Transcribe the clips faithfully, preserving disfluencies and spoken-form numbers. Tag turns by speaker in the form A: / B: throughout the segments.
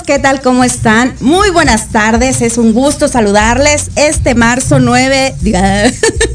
A: ¿qué tal? ¿Cómo están? Muy buenas tardes, es un gusto saludarles este marzo nueve, diga,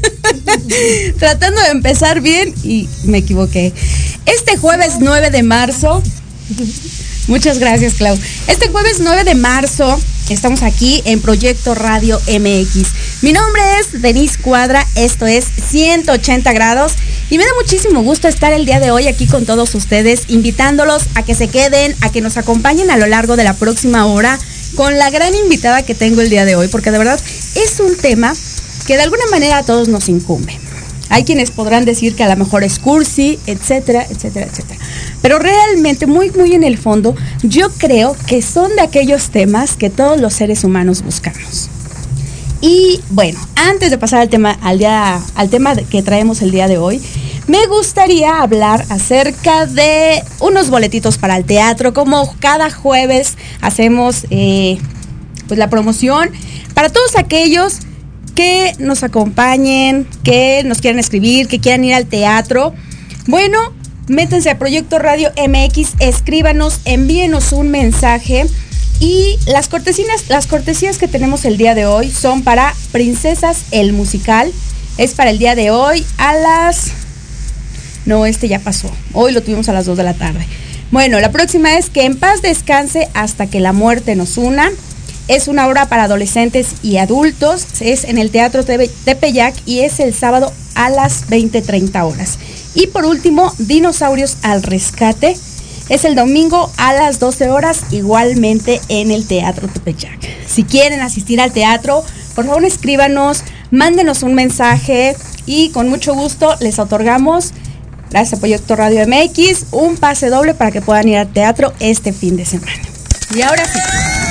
A: tratando de empezar bien y me equivoqué. Este jueves nueve de marzo, muchas gracias, Clau. Este jueves nueve de marzo estamos aquí en Proyecto Radio M X. Mi nombre es Denise Cuadra, esto es ciento ochenta grados y me da muchísimo gusto estar el día de hoy aquí con todos ustedes, invitándolos a que se queden, a que nos acompañen a lo largo de la próxima hora con la gran invitada que tengo el día de hoy, porque de verdad es un tema que de alguna manera a todos nos incumbe. Hay quienes podrán decir que a lo mejor es cursi, etcétera, etcétera, etcétera. Pero realmente, muy, muy en el fondo, yo creo que son de aquellos temas que todos los seres humanos buscamos. Y bueno, antes de pasar al tema, al día, al tema que traemos el día de hoy, me gustaría hablar acerca de unos boletitos para el teatro. Como cada jueves hacemos eh, pues la promoción para todos aquellos que nos acompañen, que nos quieran escribir, que quieran ir al teatro. Bueno, métanse a Proyecto Radio M X, escríbanos, envíenos un mensaje. Y las cortesías, las cortesías que tenemos el día de hoy son para Princesas el Musical. Es para el día de hoy a las... No, este ya pasó. Hoy lo tuvimos a las dos de la tarde. Bueno, la próxima es Que en paz descanse hasta que la muerte nos una. Es una obra para adolescentes y adultos. Es en el Teatro Tepeyac y es el sábado a las veinte treinta horas. Y por último, Dinosaurios al Rescate. Es el domingo a las doce horas, igualmente en el Teatro Tepeyac. Si quieren asistir al teatro, por favor escríbanos, mándenos un mensaje y con mucho gusto les otorgamos, gracias a Proyecto Radio M X, un pase doble para que puedan ir al teatro este fin de semana. Y ahora sí.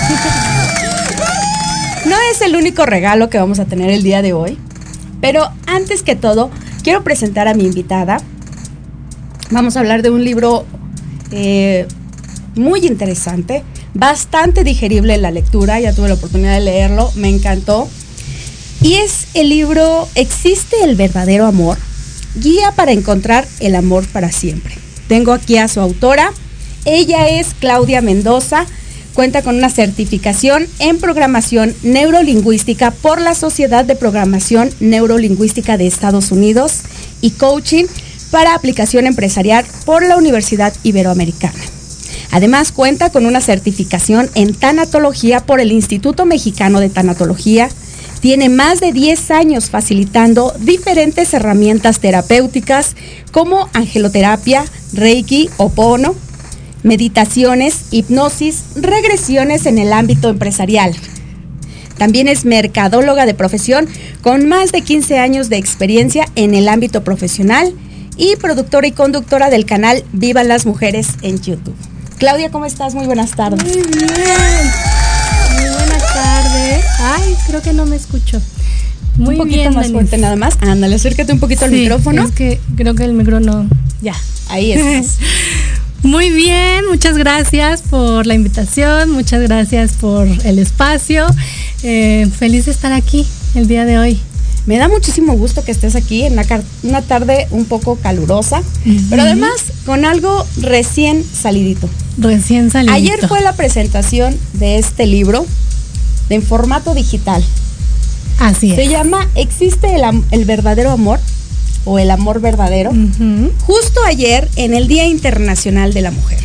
A: No es el único regalo que vamos a tener el día de hoy, pero antes que todo, quiero presentar a mi invitada. Vamos a hablar de un libro eh, muy interesante, bastante digerible en la lectura, ya tuve la oportunidad de leerlo, me encantó. Y es el libro ¿Existe el verdadero amor? Guía para encontrar el amor para siempre. Tengo aquí a su autora, ella es Claudia Mendoza. Cuenta con una certificación en programación neurolingüística por la Sociedad de Programación Neurolingüística de Estados Unidos y coaching para aplicación empresarial por la Universidad Iberoamericana. Además, cuenta con una certificación en tanatología por el Instituto Mexicano de Tanatología. Tiene más de diez años facilitando diferentes herramientas terapéuticas como angeloterapia, reiki, Ho'oponopono, meditaciones, hipnosis, regresiones en el ámbito empresarial. También es mercadóloga de profesión con más de quince años de experiencia en el ámbito profesional y productora y conductora del canal Vivan las Mujeres en YouTube. Claudia, ¿cómo estás? Muy buenas tardes.
B: Muy bien. Muy buenas tardes. Ay, creo que no me escucho. Muy
A: un poquito
B: bien,
A: más
B: Denise.
A: fuerte nada más. Ándale, acércate un poquito al
B: Sí,
A: micrófono.
B: Es que creo que el micrófono. Ya.
A: Ahí estás.
B: Muy bien, muchas gracias por la invitación, muchas gracias por el espacio. Eh, feliz de estar aquí el día de hoy.
A: Me da muchísimo gusto que estés aquí en una, una tarde un poco calurosa, uh-huh. pero además con algo recién salidito.
B: Recién salidito.
A: Ayer fue la presentación de este libro en formato digital.
B: Así es.
A: Se llama ¿Existe el, el verdadero amor? O el amor verdadero, uh-huh. justo ayer en el Día Internacional de la Mujer.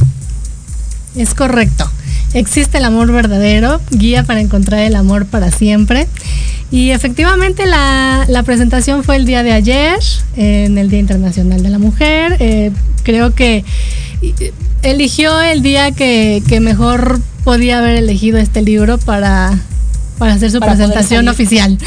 B: Es correcto. Existe el amor verdadero, guía para encontrar el amor para siempre. Y efectivamente la, la presentación fue el día de ayer, en el Día Internacional de la Mujer. Eh, creo que eligió el día que, que mejor podía haber elegido este libro para, para hacer su para presentación oficial.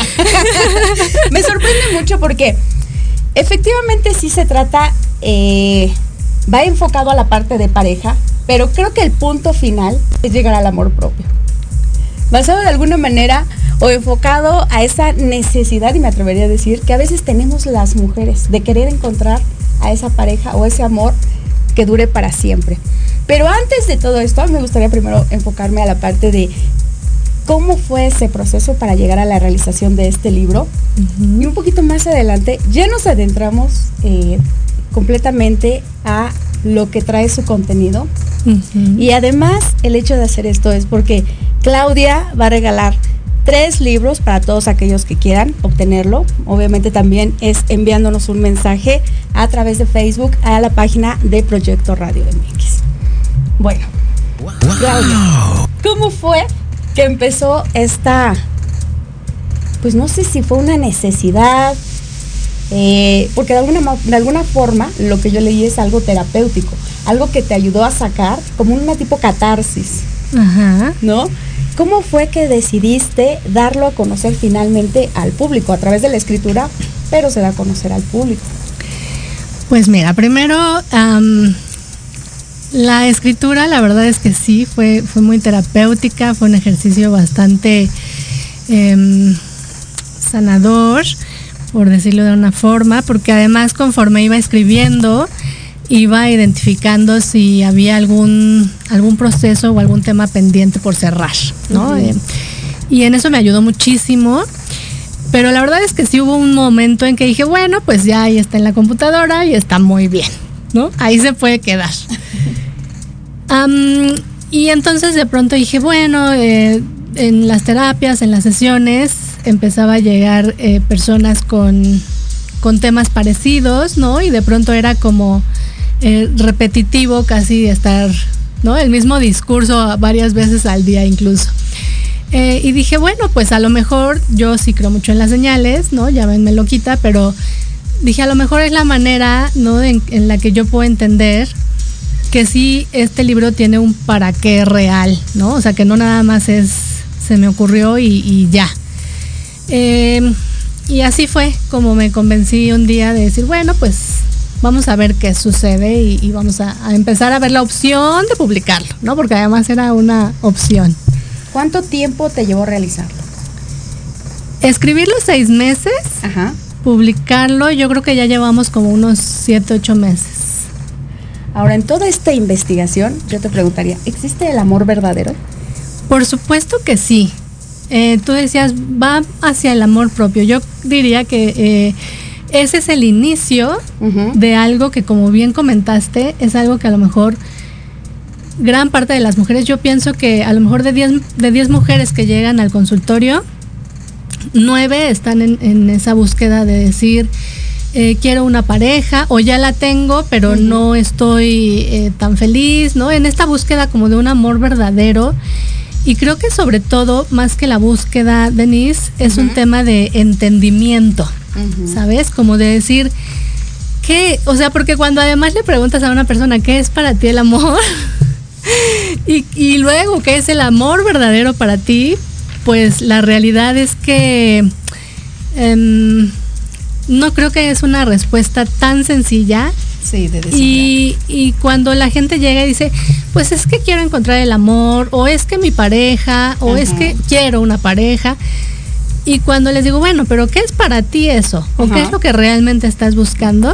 A: Me sorprende mucho porque efectivamente sí se trata, eh, va enfocado a la parte de pareja, pero creo que el punto final es llegar al amor propio. Basado de alguna manera o enfocado a esa necesidad, y me atrevería a decir, que a veces tenemos las mujeres de querer encontrar a esa pareja o ese amor que dure para siempre. Pero antes de todo esto, me gustaría primero enfocarme a la parte de cómo fue ese proceso para llegar a la realización de este libro. Uh-huh. Y un poquito más adelante ya nos adentramos eh, completamente a lo que trae su contenido.
B: Uh-huh.
A: Y además el hecho de hacer esto es porque Claudia va a regalar tres libros para todos aquellos que quieran obtenerlo. Obviamente también es enviándonos un mensaje a través de Facebook a la página de Proyecto Radio M X. Bueno, wow. Claudia, ¿cómo fue que empezó esta, pues no sé si fue una necesidad, eh, porque de alguna, de alguna forma lo que yo leí es algo terapéutico, algo que te ayudó a sacar como una tipo catarsis,
B: ajá,
A: ¿no? ¿Cómo fue que decidiste darlo a conocer finalmente al público a través de la escritura, pero se da a conocer al público?
B: Pues mira, primero um, la escritura, la verdad es que sí, fue, fue muy terapéutica, fue un ejercicio bastante eh, sanador, por decirlo de una forma, porque además conforme iba escribiendo, iba identificando si había algún algún proceso o algún tema pendiente por cerrar, ¿no? Uh-huh. Eh, y en eso me ayudó muchísimo, pero la verdad es que sí hubo un momento en que dije, bueno, pues ya ahí está en la computadora y está muy bien, ¿no? Ahí se puede quedar. um, y entonces de pronto dije, bueno, eh, en las terapias, en las sesiones, empezaba a llegar eh, personas con, con temas parecidos, ¿no? Y de pronto era como Eh, repetitivo casi estar, ¿no? El mismo discurso varias veces al día incluso. Eh, y dije, bueno, pues a lo mejor yo sí creo mucho en las señales, ¿no? Llámenme loquita, pero dije, a lo mejor es la manera, ¿no? En, en la que yo puedo entender que sí este libro tiene un para qué real, ¿no? O sea, que no nada más es, se me ocurrió y, y ya. Eh, y así fue como me convencí un día de decir, bueno, pues vamos a ver qué sucede y, y vamos a, a empezar a ver la opción de publicarlo, ¿no? Porque además era una opción.
A: ¿Cuánto tiempo te llevó realizarlo?
B: Escribirlo seis meses.
A: Ajá.
B: Publicarlo, yo creo que ya llevamos como unos siete, ocho meses.
A: Ahora, en toda esta investigación, yo te preguntaría, ¿existe el amor verdadero?
B: Por supuesto que sí. Eh, tú decías, va hacia el amor propio. Yo diría que eh, ese es el inicio uh-huh. de algo que, como bien comentaste, es algo que a lo mejor gran parte de las mujeres, yo pienso que a lo mejor de diez de diez mujeres que llegan al consultorio, nueve están en, en esa búsqueda de decir, eh, quiero una pareja, o ya la tengo, pero uh-huh. no estoy eh, tan feliz, ¿no? En esta búsqueda como de un amor verdadero. Y creo que sobre todo, más que la búsqueda, Denise, es uh-huh. un tema de entendimiento. Uh-huh. ¿Sabes? Como de decir, ¿qué? O sea, porque cuando además le preguntas a una persona, ¿qué es para ti el amor? y, y luego, ¿qué es el amor verdadero para ti? Pues la realidad es que um, no creo que es una respuesta tan sencilla.
A: Sí, de
B: y, y cuando la gente llega y dice, pues es que quiero encontrar el amor, o es que mi pareja, o uh-huh. es que quiero una pareja. Y cuando les digo, bueno, pero ¿qué es para ti eso? ¿O uh-huh. qué es lo que realmente estás buscando?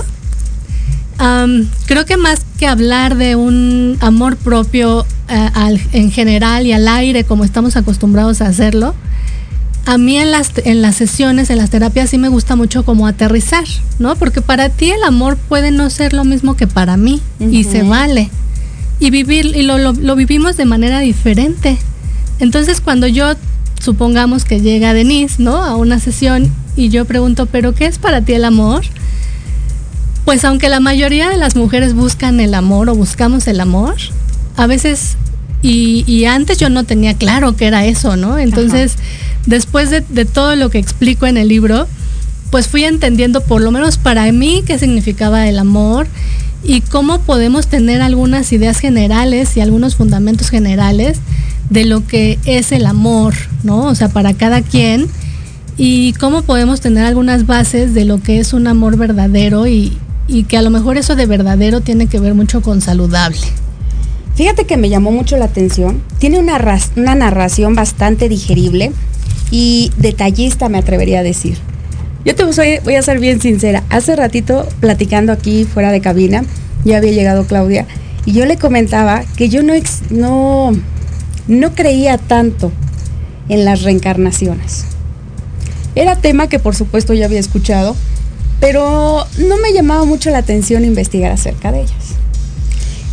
B: Um, creo que más que hablar de un amor propio uh, al, en general y al aire, como estamos acostumbrados a hacerlo, a mí en las, en las sesiones, en las terapias, sí me gusta mucho como aterrizar, ¿no? Porque para ti el amor puede no ser lo mismo que para mí, uh-huh. y se vale. Y vivir, y lo, lo, lo vivimos de manera diferente. Entonces, cuando yo supongamos que llega Denise, ¿no? A una sesión y yo pregunto, ¿pero qué es para ti el amor? Pues aunque la mayoría de las mujeres buscan el amor o buscamos el amor, a veces, y, y antes yo no tenía claro qué era eso, ¿no? Entonces, ajá. después de, de todo lo que explico en el libro, pues fui entendiendo por lo menos para mí qué significaba el amor y cómo podemos tener algunas ideas generales y algunos fundamentos generales de lo que es el amor, ¿no? O sea, para cada quien, y cómo podemos tener algunas bases de lo que es un amor verdadero y, y que a lo mejor eso de verdadero tiene que ver mucho con saludable.
A: Fíjate que me llamó mucho la atención, tiene una, ras- una narración bastante digerible y detallista, me atrevería a decir. Yo te soy, voy a ser bien sincera, hace ratito platicando aquí fuera de cabina, ya había llegado Claudia, y yo le comentaba que yo no, ex- no, no creía tanto en las reencarnaciones. Era tema que por supuesto ya había escuchado, pero no me llamaba mucho la atención investigar acerca de ellas.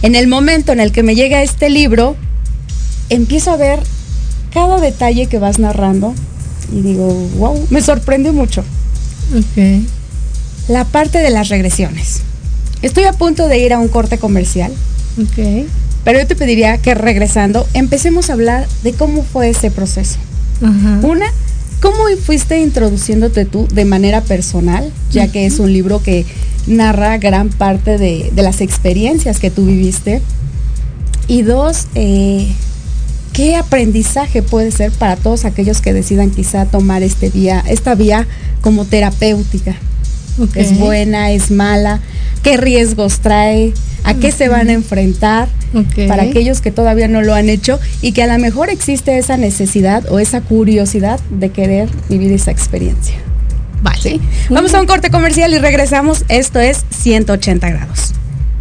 A: En el momento en el que me llega este libro, empiezo a ver cada detalle que vas narrando y digo, wow, me sorprendió mucho.
B: Ok.
A: La parte de las regresiones. Estoy a punto de ir a un corte comercial.
B: Ok.
A: Pero yo te pediría que regresando empecemos a hablar de cómo fue ese proceso.
B: Ajá.
A: Una, ¿cómo fuiste introduciéndote tú de manera personal? Ya que es un libro que narra gran parte de, de las experiencias que tú viviste. Y dos, eh, ¿qué aprendizaje puede ser para todos aquellos que decidan quizá tomar este vía, esta vía como terapéutica?
B: Okay.
A: ¿Es buena, es mala? ¿Qué riesgos trae? ¿A qué uh-huh. se van a enfrentar? Okay. Para aquellos que todavía no lo han hecho y que a lo mejor existe esa necesidad o esa curiosidad de querer vivir esa experiencia.
B: Vale.
A: ¿Sí? Vamos a un corte comercial y regresamos. Esto es ciento ochenta grados.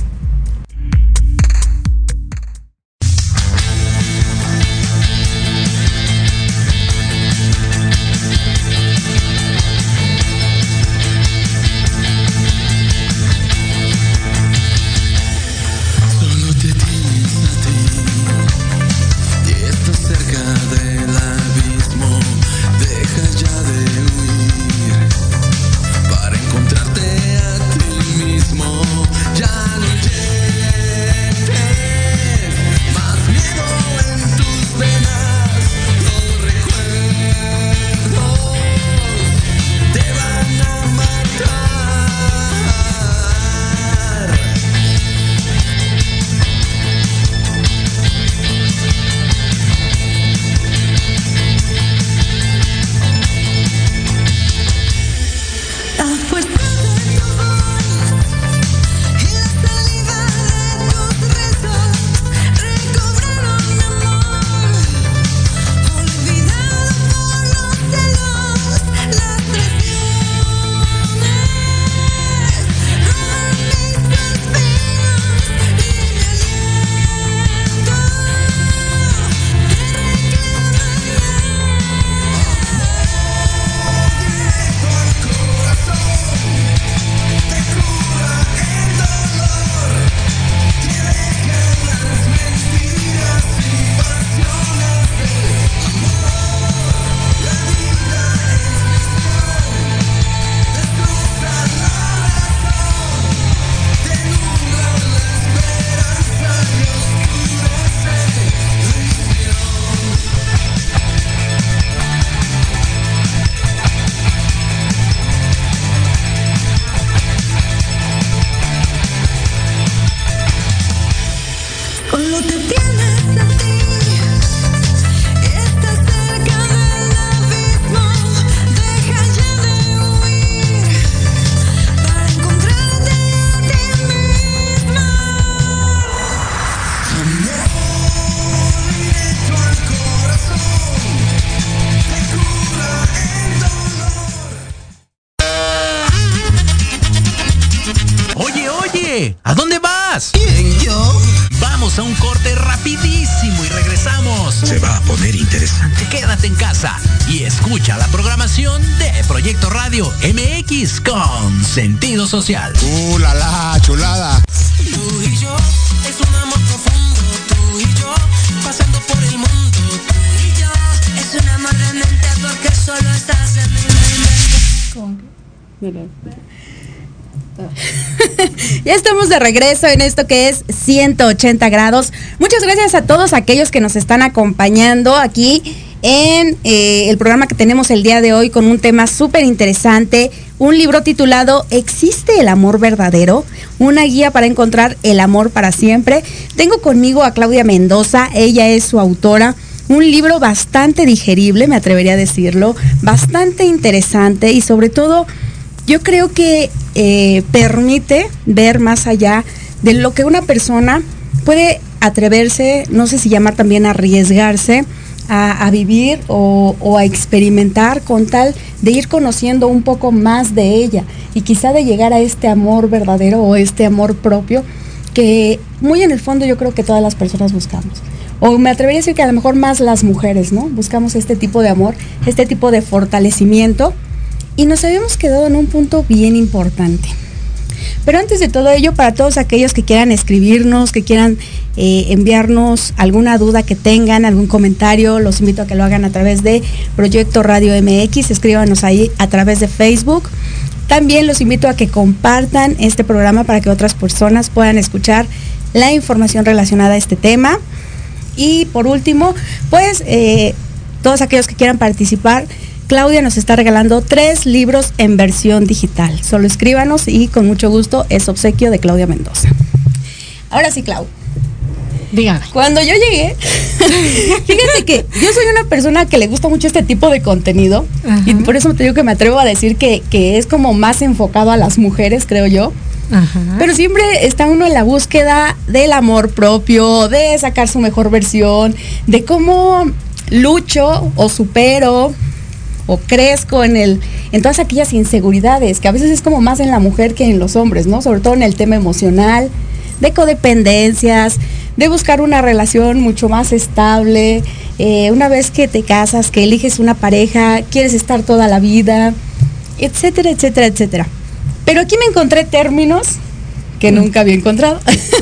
C: ¿A dónde vas?
D: ¿Quién, yo?
C: Vamos a un corte rapidísimo y regresamos.
D: Se va a poner interesante.
C: Quédate en casa y escucha la programación de Proyecto Radio M X con sentido social.
D: ¡Uh, la, la chulada!
E: Tú y yo es un amor profundo. Tú y yo pasando por el mundo. Tú y yo es un amor realmente porque solo estás en mi mente.
A: ¿Cómo? Mira. Ya estamos de regreso en esto que es ciento ochenta grados. Muchas gracias a todos aquellos que nos están acompañando aquí en eh, el programa que tenemos el día de hoy con un tema súper interesante, un libro titulado ¿Existe el amor verdadero? Una guía para encontrar el amor para siempre. Tengo conmigo a Claudia Mendoza, ella es su autora. Un libro bastante digerible, me atrevería a decirlo, bastante interesante y sobre todo yo creo que eh, permite ver más allá de lo que una persona puede atreverse, no sé si llamar también arriesgarse a, a vivir o, o a experimentar con tal de ir conociendo un poco más de ella y quizá de llegar a este amor verdadero o este amor propio que muy en el fondo yo creo que todas las personas buscamos. O me atrevería a decir que a lo mejor más las mujeres, ¿no? Buscamos este tipo de amor, este tipo de fortalecimiento. Y nos habíamos quedado en un punto bien importante. Pero antes de todo ello, para todos aquellos que quieran escribirnos, que quieran eh, enviarnos alguna duda que tengan, algún comentario, los invito a que lo hagan a través de Proyecto Radio M X, escríbanos ahí a través de Facebook. También los invito a que compartan este programa para que otras personas puedan escuchar la información relacionada a este tema. Y por último, pues eh, todos aquellos que quieran participar, Claudia nos está regalando tres libros en versión digital. Solo escríbanos y con mucho gusto es obsequio de Claudia Mendoza. Ahora sí, Clau.
B: Dígame.
A: Cuando yo llegué, fíjate que yo soy una persona que le gusta mucho este tipo de contenido. Ajá. Y por eso te digo que me atrevo a decir que, que es como más enfocado a las mujeres, creo yo. Ajá. Pero siempre está uno en la búsqueda del amor propio, de sacar su mejor versión, de cómo lucho o supero o crezco en el en todas aquellas inseguridades que a veces es como más en la mujer que en los hombres, ¿no? Sobre todo en el tema emocional, de codependencias, de buscar una relación mucho más estable, eh, una vez que te casas, que eliges una pareja, quieres estar toda la vida, etcétera, etcétera, etcétera. Pero aquí me encontré términos que nunca había encontrado.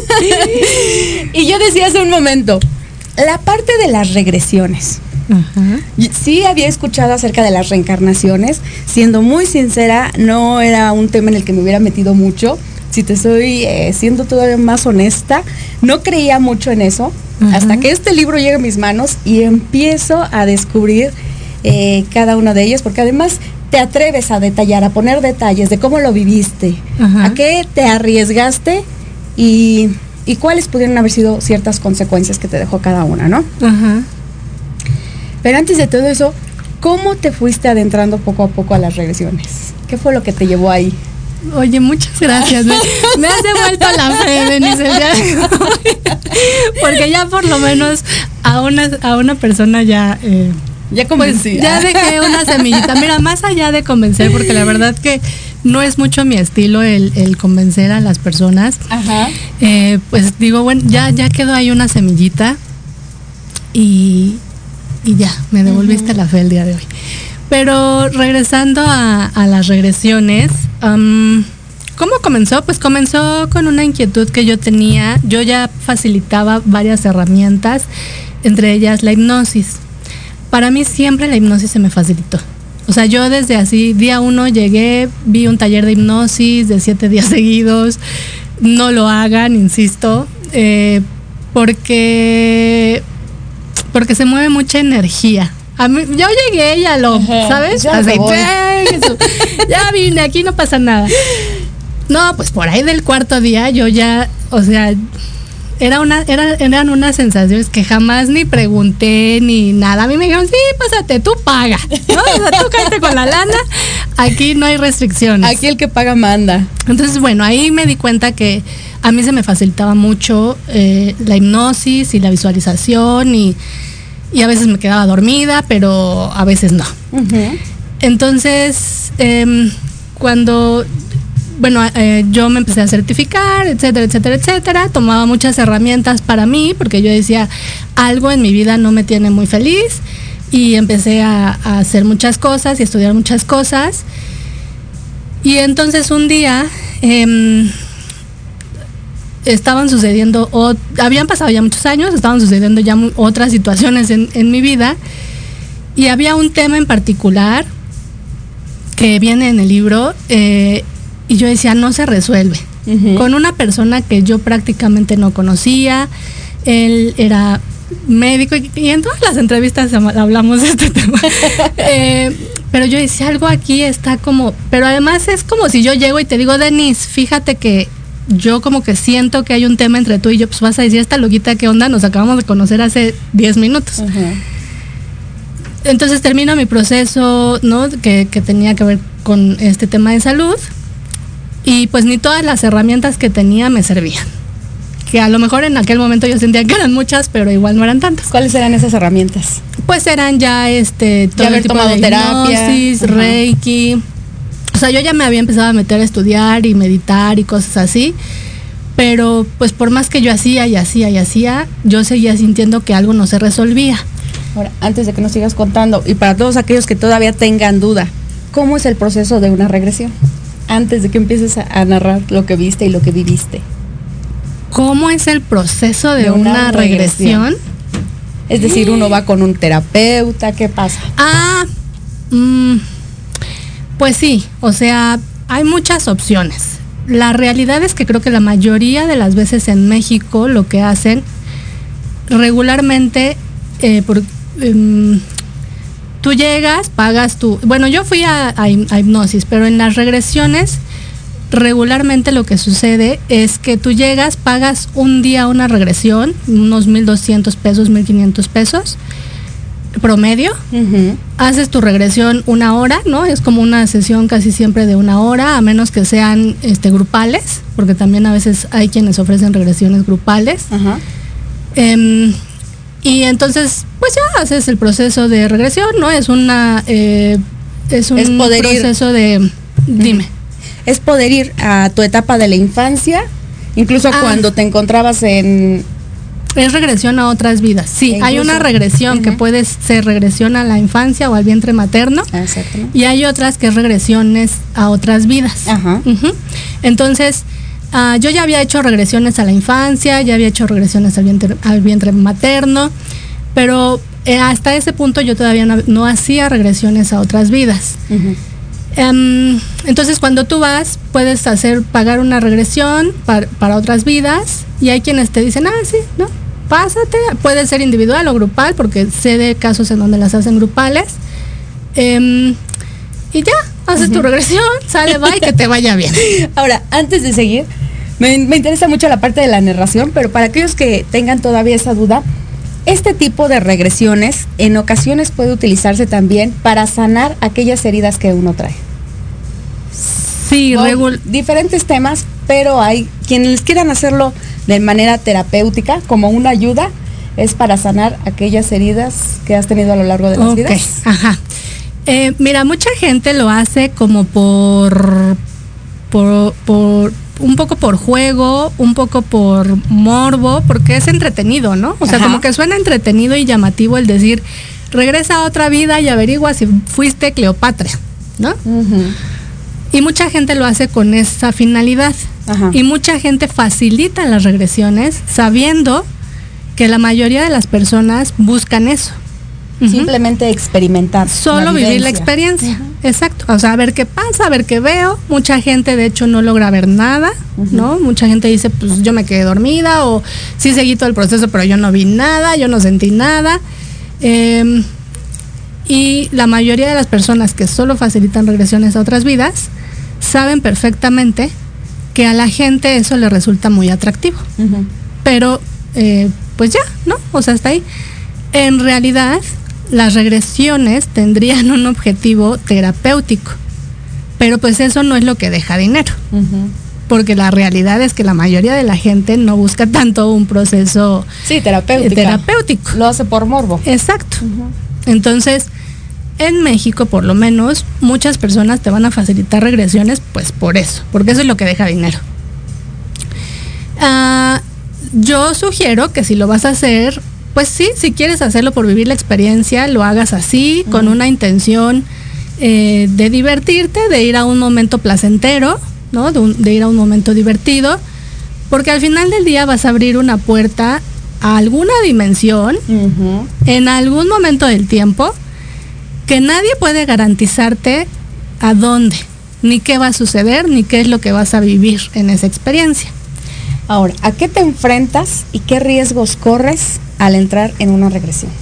A: Y yo decía hace un momento, la parte de las regresiones. Uh-huh. Sí había escuchado acerca de las reencarnaciones, siendo muy sincera, no era un tema en el que me hubiera metido mucho. Si te estoy eh, siendo todavía más honesta, no creía mucho en eso, uh-huh, hasta que este libro llega a mis manos y empiezo a descubrir eh, cada uno de ellos, porque además te atreves a detallar, a poner detalles de cómo lo viviste, uh-huh, a qué te arriesgaste y, y cuáles pudieron haber sido ciertas consecuencias que te dejó cada una, ¿no? Uh-huh. Pero antes de todo eso, ¿cómo te fuiste adentrando poco a poco a las regresiones? ¿Qué fue lo que te llevó ahí?
B: Oye, muchas gracias. Me, me has devuelto la fe, Denise, el día de hoy. Porque ya por lo menos a una, a una persona ya... Eh,
A: ya convencí.
B: Pues, ya dejé una semillita. Mira, más allá de convencer, porque la verdad que no es mucho mi estilo el, el convencer a las personas. Ajá. Eh, pues digo, bueno, ya, ya quedó ahí una semillita y... y ya, me devolviste uh-huh. la fe el día de hoy. Pero regresando a, a las regresiones, um, ¿cómo comenzó? Pues comenzó con una inquietud que yo tenía. Yo ya facilitaba varias herramientas, entre ellas la hipnosis. Para mí siempre la hipnosis se me facilitó. O sea, yo desde así, día uno llegué, vi un taller de hipnosis de siete días seguidos. No lo hagan, insisto, eh, porque... porque se mueve mucha energía. A mí, yo llegué y a lo, ajá, ¿sabes?
A: Ya,
B: Así, ya vine, aquí no pasa nada. No, pues por ahí del cuarto día yo ya, o sea, era una, era, eran unas sensaciones que jamás ni pregunté ni nada. A mí me dijeron, sí, pásate, tú paga, ¿no? O sea, tú cállate con la lana, aquí no hay restricciones.
A: Aquí el que paga manda.
B: Entonces, bueno, ahí me di cuenta que a mí se me facilitaba mucho eh, la hipnosis y la visualización y, y a veces me quedaba dormida, pero a veces no. Uh-huh. Entonces, eh, cuando, bueno, eh, yo me empecé a certificar, etcétera, etcétera, etcétera, tomaba muchas herramientas para mí, porque yo decía, algo en mi vida no me tiene muy feliz, y empecé a, a hacer muchas cosas y estudiar muchas cosas. Y entonces un día... Eh, estaban sucediendo, o habían pasado ya muchos años, estaban sucediendo ya mu- otras situaciones en, en mi vida, y había un tema en particular que viene en el libro, eh, y yo decía, no se resuelve. Uh-huh. Con una persona que yo prácticamente no conocía, él era médico, y, y en todas las entrevistas hablamos de este tema. eh, pero yo decía, algo aquí está como, pero además es como si yo llego y te digo, Denise, fíjate que yo como que siento que hay un tema entre tú y yo, pues vas a decir, esta loquita, ¿qué onda? Nos acabamos de conocer hace diez minutos. Uh-huh. Entonces termino mi proceso, ¿no? Que, que tenía que ver con este tema de salud, y pues ni todas las herramientas que tenía me servían. Que a lo mejor en aquel momento yo sentía que eran muchas, pero igual no eran tantas.
A: ¿Cuáles eran esas herramientas?
B: Pues eran ya este todo
A: ya
B: el tipo de
A: terapia,
B: hipnosis, uh-huh, reiki. O sea, yo ya me había empezado a meter a estudiar y meditar y cosas así, pero pues por más que yo hacía y hacía y hacía, yo seguía sintiendo que algo no se resolvía.
A: Ahora, antes de que nos sigas contando, y para todos aquellos que todavía tengan duda, ¿cómo es el proceso de una regresión? antes de que empieces a, a narrar lo que viste y lo que viviste?
B: ¿Cómo es el proceso de, de una, una regresión? regresión?
A: Es decir, uno va con un terapeuta, ¿qué pasa?
B: Ah, mmm, pues sí, o sea, hay muchas opciones. La realidad es que creo que la mayoría de las veces en México lo que hacen regularmente, eh, por, eh, tú llegas, pagas tu... Bueno, yo fui a, a, a hipnosis, pero en las regresiones regularmente lo que sucede es que tú llegas, pagas un día una regresión, unos mil doscientos pesos, mil quinientos pesos promedio, uh-huh. Haces tu regresión una hora, ¿no? Es como una sesión casi siempre de una hora, a menos que sean este, grupales, porque también a veces hay quienes ofrecen regresiones grupales. Uh-huh. Eh, y entonces, pues ya haces el proceso de regresión, ¿no? Es una eh, es un es proceso ir. de... Dime.
A: Es poder ir a tu etapa de la infancia, incluso ah. cuando te encontrabas en...
B: Es regresión a otras vidas. Sí, incluso, hay una regresión uh-huh. que puede ser regresión a la infancia o al vientre materno. Exactamente. Y hay otras que es regresiones a otras vidas. Uh-huh. Uh-huh. Entonces, uh, yo ya había hecho regresiones a la infancia, ya había hecho regresiones al vientre, al vientre materno, pero eh, hasta ese punto yo todavía no, no hacía regresiones a otras vidas. Uh-huh. Um, entonces cuando tú vas puedes hacer pagar una regresión para, para otras vidas y hay quienes te dicen, ah sí, no, pásate, puede ser individual o grupal porque sé de casos en donde las hacen grupales um, y ya, haces uh-huh. tu regresión, sale, va y que te vaya bien.
A: Ahora, antes de seguir, me, me interesa mucho la parte de la narración, pero para aquellos que tengan todavía esa duda, este tipo de regresiones en ocasiones puede utilizarse también para sanar aquellas heridas que uno trae.
B: Sí, regul-
A: diferentes temas, pero hay quienes quieran hacerlo de manera terapéutica, como una ayuda, es para sanar aquellas heridas que has tenido a lo largo de las
B: okay.
A: vidas.
B: Ajá. Eh, mira, mucha gente lo hace como por, por, por un poco por juego, un poco por morbo, porque es entretenido, ¿no? O sea, Ajá. como que suena entretenido y llamativo el decir, regresa a otra vida y averigua si fuiste Cleopatra, ¿no? Uh-huh. Y mucha gente lo hace con esa finalidad. Ajá. Y mucha gente facilita las regresiones sabiendo que la mayoría de las personas buscan eso.
A: Simplemente uh-huh. experimentar.
B: Solo la vivir la experiencia. Uh-huh. Exacto. O sea, a ver qué pasa, a ver qué veo. Mucha gente, de hecho, no logra ver nada, uh-huh. ¿no? Mucha gente dice, pues yo me quedé dormida o sí seguí todo el proceso, pero yo no vi nada, yo no sentí nada. Eh, y la mayoría de las personas que solo facilitan regresiones a otras vidas saben perfectamente que a la gente eso le resulta muy atractivo. Uh-huh. Pero, eh, pues ya, ¿no? O sea, hasta ahí. En realidad, las regresiones tendrían un objetivo terapéutico, pero pues eso no es lo que deja dinero, uh-huh. porque la realidad es que la mayoría de la gente no busca tanto un proceso
A: sí, terapéutico.
B: terapéutico.
A: Lo hace por morbo.
B: Exacto. Uh-huh. Entonces, en México, por lo menos, muchas personas te van a facilitar regresiones, pues por eso, porque eso es lo que deja dinero. Uh, yo sugiero que si lo vas a hacer, pues sí, si quieres hacerlo por vivir la experiencia, lo hagas así, uh-huh. con una intención eh, de divertirte, de ir a un momento placentero, ¿no? De, un, de ir a un momento divertido, porque al final del día vas a abrir una puerta a alguna dimensión, uh-huh. en algún momento del tiempo, que nadie puede garantizarte a dónde, ni qué va a suceder, ni qué es lo que vas a vivir en esa experiencia.
A: Ahora, ¿a qué te enfrentas y qué riesgos corres al entrar en una regresión?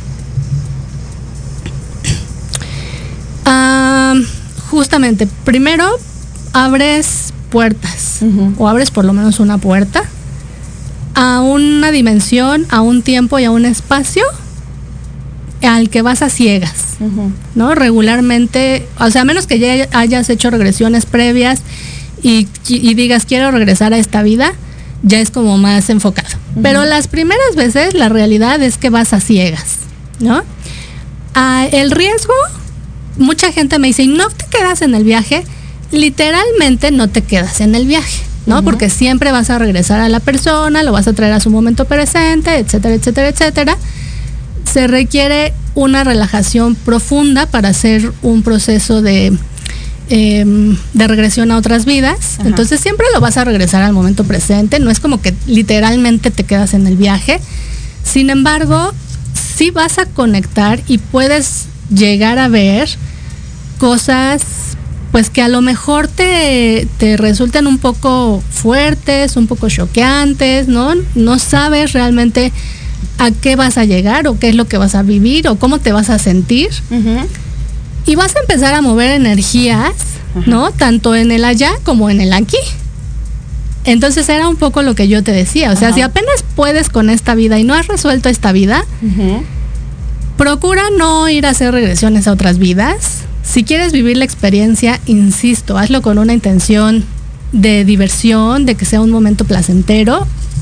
B: Uh, justamente, primero abres puertas, uh-huh. o abres por lo menos una puerta a una dimensión, a un tiempo y a un espacio al que vas a ciegas, uh-huh. ¿no? Regularmente, o sea, a menos que ya hayas hecho regresiones previas y, y digas quiero regresar a esta vida, ya es como más enfocado. Uh-huh. Pero las primeras veces la realidad es que vas a ciegas, ¿no? Ah, el riesgo, mucha gente me dice, ¿y no te quedas en el viaje? Literalmente no te quedas en el viaje, ¿no? Uh-huh. Porque siempre vas a regresar a la persona, lo vas a traer a su momento presente, etcétera, etcétera, etcétera. Se requiere una relajación profunda para hacer un proceso de eh, de regresión a otras vidas. Ajá. Entonces siempre lo vas a regresar al momento presente, no es como que literalmente te quedas en el viaje. Sin embargo, sí vas a conectar y puedes llegar a ver cosas pues que a lo mejor te, te resultan un poco fuertes, un poco choqueantes, ¿no? No sabes realmente a qué vas a llegar o qué es lo que vas a vivir o cómo te vas a sentir. Uh-huh. Y vas a empezar a mover energías, uh-huh, ¿no? Tanto en el allá como en el aquí. Entonces era un poco lo que yo te decía, o sea, uh-huh, si apenas puedes con esta vida y no has resuelto esta vida, uh-huh, procura no ir a hacer regresiones a otras vidas. Si quieres vivir la experiencia, insisto, hazlo con una intención de diversión, de que sea un momento placentero.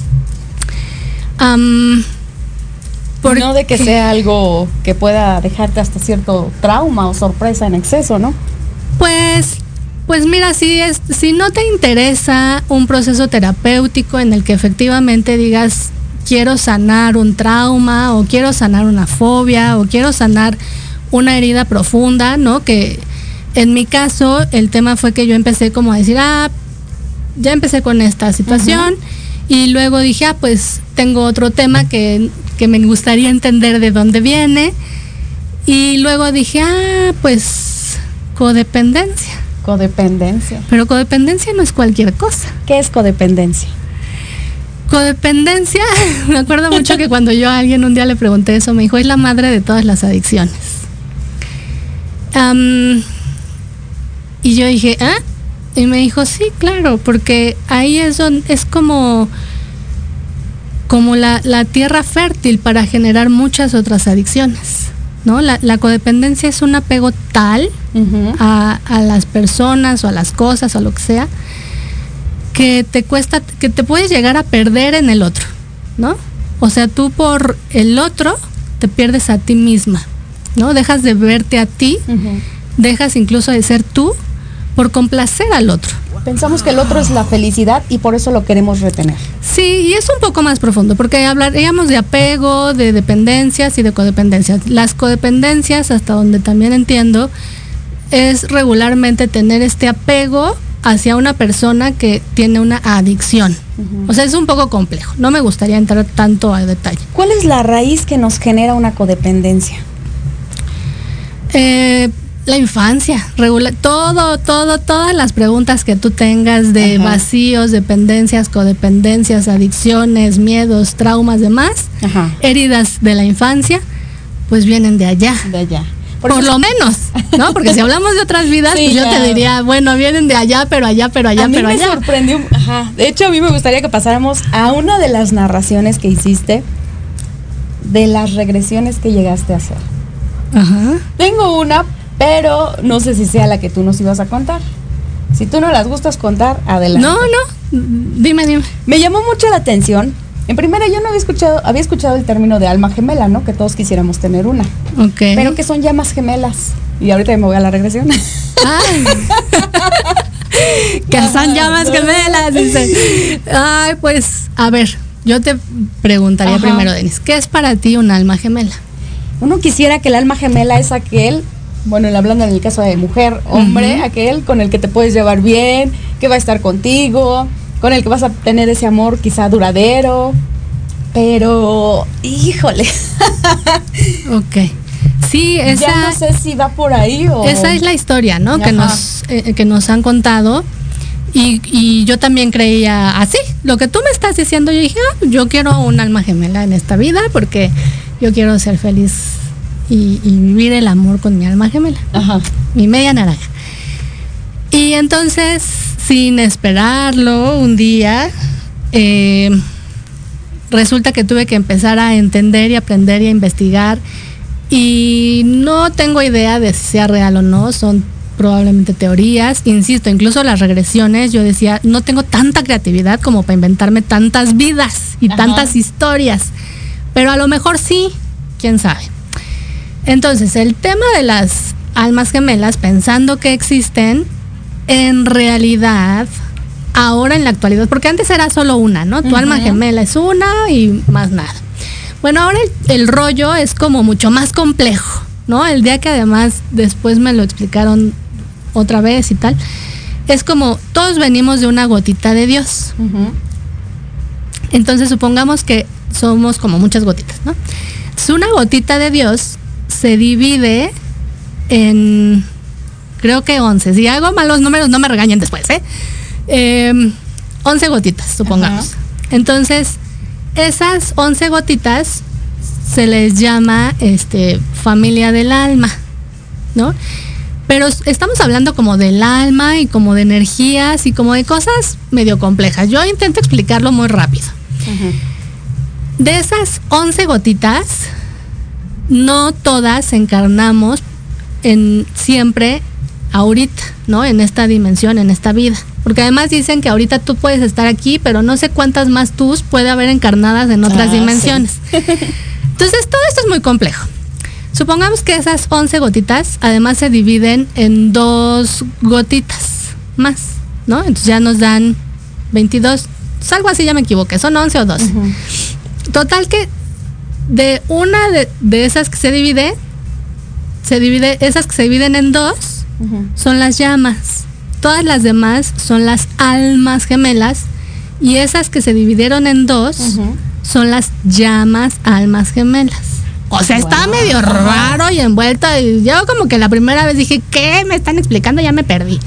B: Um,
A: por no de que sea algo que pueda dejarte hasta cierto trauma o sorpresa en exceso, ¿no?
B: Pues, pues mira, si es, si no te interesa un proceso terapéutico en el que efectivamente digas quiero sanar un trauma o quiero sanar una fobia o quiero sanar una herida profunda, ¿no? Que en mi caso el tema fue que yo empecé como a decir, ah, ya empecé con esta situación, uh-huh, y luego dije, ah, pues tengo otro tema que, que me gustaría entender de dónde viene, y luego dije, ah, pues codependencia.
A: Codependencia.
B: Pero codependencia no es cualquier cosa.
A: ¿Qué es codependencia?
B: Codependencia, me acuerdo mucho que cuando yo a alguien un día le pregunté eso, me dijo, es la madre de todas las adicciones. Um, y yo dije, ¿ah? Y me dijo, sí, claro, porque ahí es donde es como, como la, la tierra fértil para generar muchas otras adicciones, ¿no? La, la codependencia es un apego tal, uh-huh, a, a las personas o a las cosas o a lo que sea, que te cuesta, que te puedes llegar a perder en el otro, ¿no? O sea, tú por el otro te pierdes a ti misma, ¿no? Dejas de verte a ti, uh-huh, dejas incluso de ser tú por complacer al otro.
A: Pensamos que el otro es la felicidad y por eso lo queremos retener.
B: Sí, y es un poco más profundo, porque hablaríamos de apego, de dependencias y de codependencias. Las codependencias, hasta donde también entiendo, es regularmente tener este apego hacia una persona que tiene una adicción. Uh-huh. O sea, es un poco complejo. No me gustaría entrar tanto a detalle.
A: ¿Cuál es la raíz que nos genera una codependencia?
B: Eh, la infancia, regula, todo, todo, todas las preguntas que tú tengas de, ajá, vacíos, dependencias, codependencias, adicciones, miedos, traumas, demás, ajá, heridas de la infancia, pues vienen de allá.
A: De allá.
B: Por, por lo menos, ¿no? Porque si hablamos de otras vidas, sí, pues yo claro, te diría, bueno, vienen de allá, pero allá, pero allá,
A: a
B: pero
A: mí
B: allá.
A: Me sorprendió, ajá. De hecho, a mí me gustaría que pasáramos a una de las narraciones que hiciste de las regresiones que llegaste a hacer.
B: Ajá.
A: Tengo una, pero no sé si sea la que tú nos ibas a contar. Si tú no las gustas contar, adelante.
B: No, no, dime, dime.
A: Me llamó mucho la atención. En primera, yo no había escuchado, había escuchado el término de alma gemela, ¿no? Que todos quisiéramos tener una.
B: Ok.
A: Pero que son llamas gemelas. Y ahorita me voy a la regresión.
B: Ay. Que son llamas gemelas, dice. Ay, pues, a ver, yo te preguntaría, ajá, primero, Denise, ¿qué es para ti un alma gemela?
A: Uno quisiera que el alma gemela es aquel, bueno, hablando en el caso de mujer, hombre, uh-huh, aquel con el que te puedes llevar bien, que va a estar contigo, con el que vas a tener ese amor quizá duradero, pero, híjole.
B: Ok. Sí, esa...
A: Ya no sé si va por ahí o...
B: Esa es la historia, ¿no? Que nos, eh, que nos han contado. Y, y yo también creía así. Lo que tú me estás diciendo, yo dije, ah, yo quiero un alma gemela en esta vida porque yo quiero ser feliz y, y vivir el amor con mi alma gemela. Ajá. Mi media naranja. Y entonces, sin esperarlo, un día, eh, resulta que tuve que empezar a entender y aprender y a investigar. Y no tengo idea de si sea real o no, son probablemente teorías. Insisto, incluso las regresiones, yo decía, no tengo tanta creatividad como para inventarme tantas vidas y, ajá, tantas historias. Pero a lo mejor sí, quién sabe. Entonces, el tema de las almas gemelas, pensando que existen, en realidad, ahora en la actualidad, porque antes era solo una, ¿no? Tu, uh-huh, alma gemela es una y más nada. Bueno, ahora el, el rollo es como mucho más complejo, ¿no? El día que además después me lo explicaron otra vez y tal. Es como, todos venimos de una gotita de Dios.
A: Uh-huh.
B: Entonces supongamos que somos como muchas gotitas, ¿no? Entonces, una gotita de Dios se divide en, creo que once. Si hago malos números, no me regañen después, ¿eh? eh once gotitas, supongamos. Uh-huh. Entonces, esas once gotitas se les llama este, familia del alma, ¿no? Pero estamos hablando como del alma y como de energías y como de cosas medio complejas. Yo intento explicarlo muy rápido. Uh-huh. De esas once gotitas, no todas encarnamos en siempre ahorita, ¿no? En esta dimensión, en esta vida. Porque además dicen que ahorita tú puedes estar aquí, pero no sé cuántas más tus puede haber encarnadas en otras ah, dimensiones. Sí. Entonces, todo esto es muy complejo. Supongamos que esas once gotitas además se dividen en dos gotitas más, ¿no? Entonces ya nos dan veintidós. Pues algo así, ya me equivoqué. Son once o doce. Uh-huh. Total que de una de, de esas que se divide, se divide, esas que se dividen en dos, uh-huh, son las llamas. Todas las demás son las almas gemelas. Y esas que se dividieron en dos, uh-huh, son las llamas almas gemelas. O sea, wow, está medio raro y envuelto. Y yo como que la primera vez dije, ¿qué me están explicando? Ya me perdí.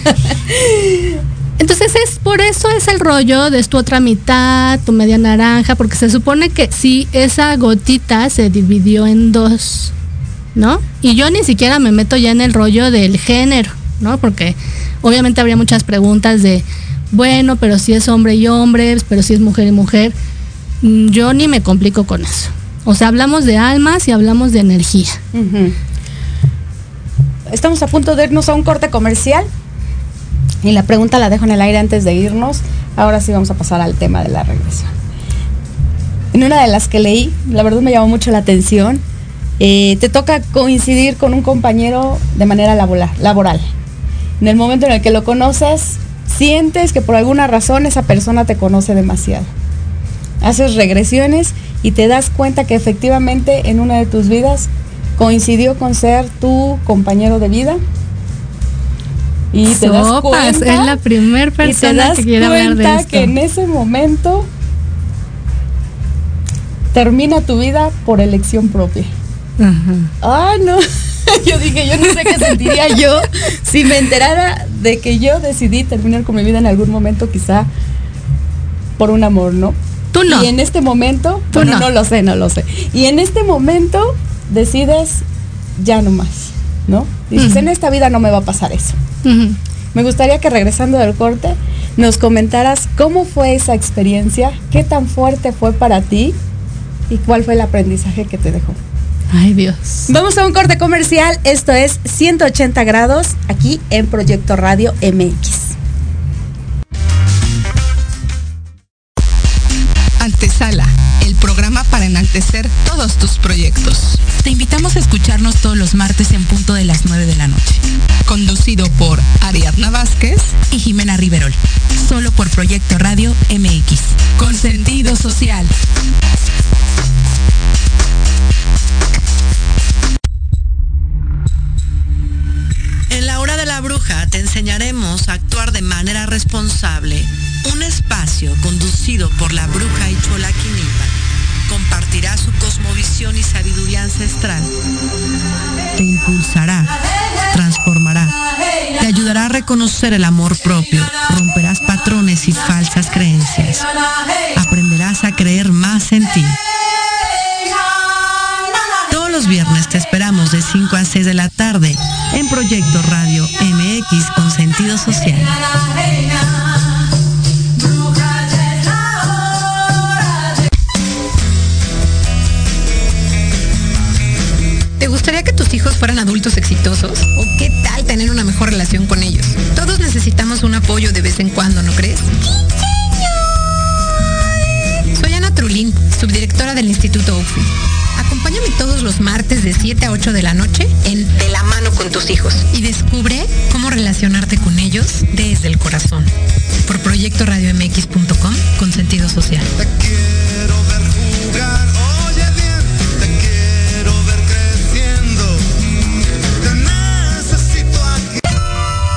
B: Entonces es por eso es el rollo de tu otra mitad, tu media naranja, porque se supone que sí, esa gotita se dividió en dos, ¿no? Y yo ni siquiera me meto ya en el rollo del género, ¿no? Porque obviamente habría muchas preguntas de, bueno, pero si es hombre y hombre, pero si es mujer y mujer. Yo ni me complico con eso. O sea, hablamos de almas y hablamos de energía.
A: Uh-huh. Estamos a punto de irnos a un corte comercial. Y la pregunta la dejo en el aire antes de irnos. Ahora sí vamos a pasar al tema de la regresión. En una de las que leí, la verdad me llamó mucho la atención. Eh, te toca coincidir con un compañero de manera laboral, laboral. En el momento en el que lo conoces, sientes que por alguna razón esa persona te conoce demasiado. Haces regresiones y te das cuenta que efectivamente en una de tus vidas coincidió con ser tu compañero de vida. Y te
B: Sopas,
A: das cuenta,
B: es la primera persona que quiere hablar de esto.
A: Que en ese momento termina tu vida por elección propia.
B: Uh-huh.
A: Ah, no. Yo dije, yo no sé qué sentiría yo si me enterara de que yo decidí terminar con mi vida en algún momento, quizá por un amor, ¿no?
B: Tú no.
A: Y en este momento,
B: Tú
A: bueno,
B: no.
A: no lo sé, no lo sé. Y en este momento decides ya no más, ¿no? Dices, uh-huh, en esta vida no me va a pasar eso.
B: Uh-huh.
A: Me gustaría que regresando del corte nos comentaras cómo fue esa experiencia, qué tan fuerte fue para ti y cuál fue el aprendizaje que te dejó.
B: Ay, Dios.
A: Vamos a un corte comercial. Esto es ciento ochenta grados aquí en Proyecto Radio M X.
F: Antesala, el programa para enaltecer todos tus proyectos.
G: Te invitamos a escucharnos todos los martes en punto de las nueve de la noche.
F: Conducido por Ariadna Vázquez
G: y Jimena Riverol. Solo por Proyecto Radio M X.
F: Con sentido social.
H: En la hora de la bruja te enseñaremos a actuar de manera responsable. Un espacio conducido por la bruja Ichola Quinipa. Compartirá su cosmovisión y sabiduría ancestral. Te impulsará, transformará. Te ayudará a reconocer el amor propio. Romperás patrones y falsas creencias. Aprenderás a creer más en ti. Todos los viernes te esperamos de cinco a seis de la tarde en Proyecto Radio M X con sentido social.
F: ¿Te gustaría que tus hijos fueran adultos exitosos? ¿O qué tal tener una mejor relación con ellos? Todos necesitamos un apoyo de vez en cuando, ¿no crees? Soy Ana Trulín, subdirectora del Instituto Oakfield. Acompáñame todos los martes de siete a ocho de la noche en De la mano con tus hijos y descubre cómo relacionarte con ellos desde el corazón. Por proyecto radio m x punto com con sentido social.
I: Te quiero ver jugar, oye bien, te quiero ver creciendo. Te necesito aquí.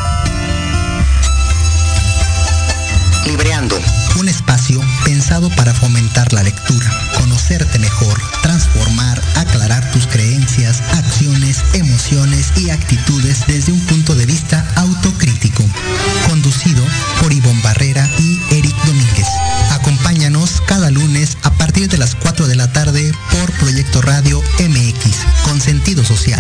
J: desde un punto de vista autocrítico. Conducido por Ivonne Barrera y Eric Domínguez. Acompáñanos cada lunes a partir de las cuatro de la tarde por Proyecto Radio M X, con sentido social.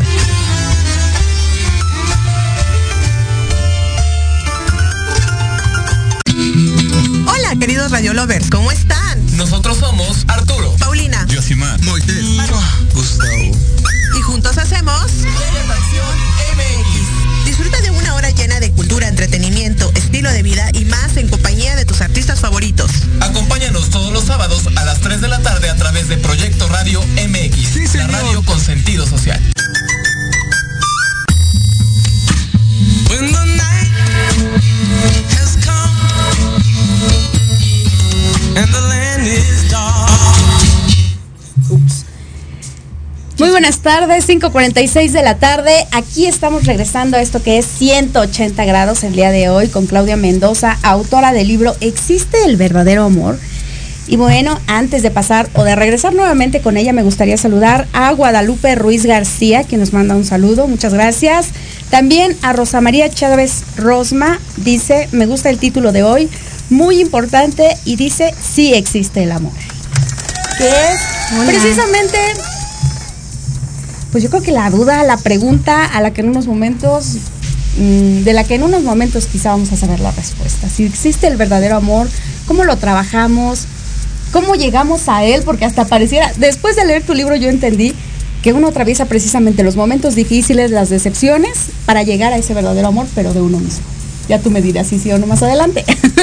K: Hola, queridos Radio Lovers, ¿cómo están?
L: Nosotros somos Arturo,
K: Paulina,
D: Yosimar,
L: Moisés,
D: Gustavo.
K: Y juntos hacemos
L: M X.
K: Disfruta de una hora llena de cultura, entretenimiento, estilo de vida y más en compañía de tus artistas favoritos.
L: Acompáñanos todos los sábados a las tres de la tarde a través de Proyecto Radio M X,
D: sí,
L: la radio con sentido social.
E: When the night has come and the land is dark.
A: Ups. Muy buenas tardes, cinco cuarenta y seis de la tarde. Aquí estamos regresando a esto que es ciento ochenta grados el día de hoy con Claudia Mendoza, autora del libro ¿Existe el verdadero amor? Y bueno, antes de pasar o de regresar nuevamente con ella, me gustaría saludar a Guadalupe Ruiz García, quien nos manda un saludo, muchas gracias. También a Rosa María Chávez Rosma, dice, me gusta el título de hoy, muy importante, y dice, sí existe el amor. Que es Hola. precisamente, pues yo creo que la duda, la pregunta a la que en unos momentos, de la que en unos momentos quizá vamos a saber la respuesta. Si existe el verdadero amor, ¿cómo lo trabajamos? ¿Cómo llegamos a él? Porque hasta pareciera, después de leer tu libro yo entendí que uno atraviesa precisamente los momentos difíciles, las decepciones, para llegar a ese verdadero amor, pero de uno mismo. Ya tú me dirás si sí o no más adelante.